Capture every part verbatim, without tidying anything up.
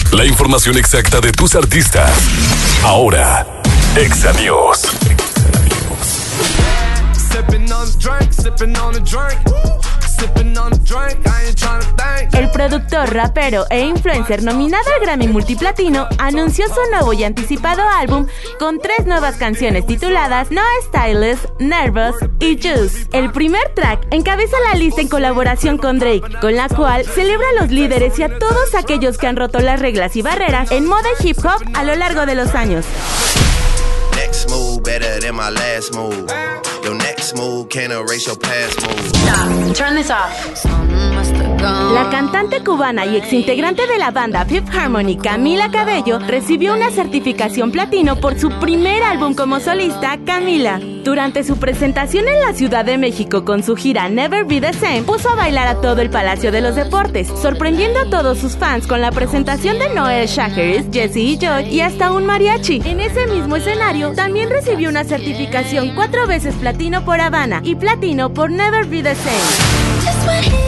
La información exacta de tus artistas. Ahora, Exa News. El productor, rapero e influencer nominado al Grammy Multiplatino anunció su nuevo y anticipado álbum con tres nuevas canciones tituladas No Stylish, Nervous y Juice. El primer track encabeza la lista en colaboración con Drake, con la cual celebra a los líderes y a todos aquellos que han roto las reglas y barreras en moda hip hop a lo largo de los años. Next move better than my last move. Your next move can't erase your past move. Stop. Turn this off. La cantante cubana y exintegrante de la banda Fifth Harmony, Camila Cabello, recibió una certificación platino por su primer álbum como solista, Camila. Durante su presentación en la Ciudad de México con su gira Never Be The Same, puso a bailar a todo el Palacio de los Deportes, sorprendiendo a todos sus fans con la presentación de Noel Shaheris, Jesse y Joy y hasta un mariachi. En ese mismo escenario, también recibió una certificación cuatro veces platino por Habana y platino por Never Be The Same.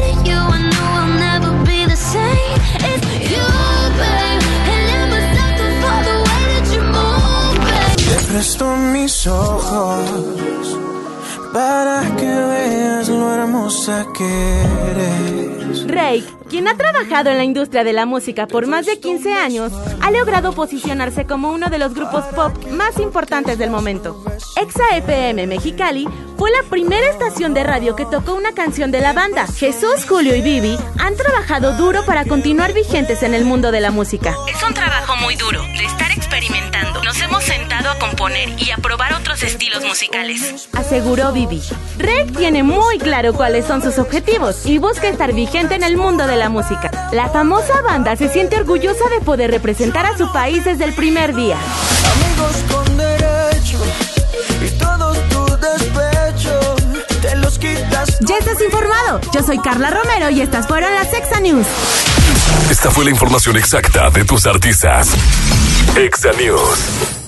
Te presto mis ojos para que veas lo hermosa que eres. Drake, quien ha trabajado en la industria de la música por más de quince años, ha logrado posicionarse como uno de los grupos pop más importantes del momento. Exa F M Mexicali fue la primera estación de radio que tocó una canción de la banda. Jesús, Julio y Vivi han trabajado duro para continuar vigentes en el mundo de la música. Es un trabajo muy duro, de estar experimentando. Nos hemos sentado a componer y a probar otros estilos musicales, aseguró Vivi. Drake tiene muy claro cuáles son sus objetivos y busca estar vigente en el mundo de la música. La famosa banda se siente orgullosa de poder representar a su país desde el primer día. Amigos con derecho y todos tus despechos te los quitas. Ya estás informado. Yo soy Carla Romero y estas fueron las Exa News. Esta fue la información exacta de tus artistas. Exa News.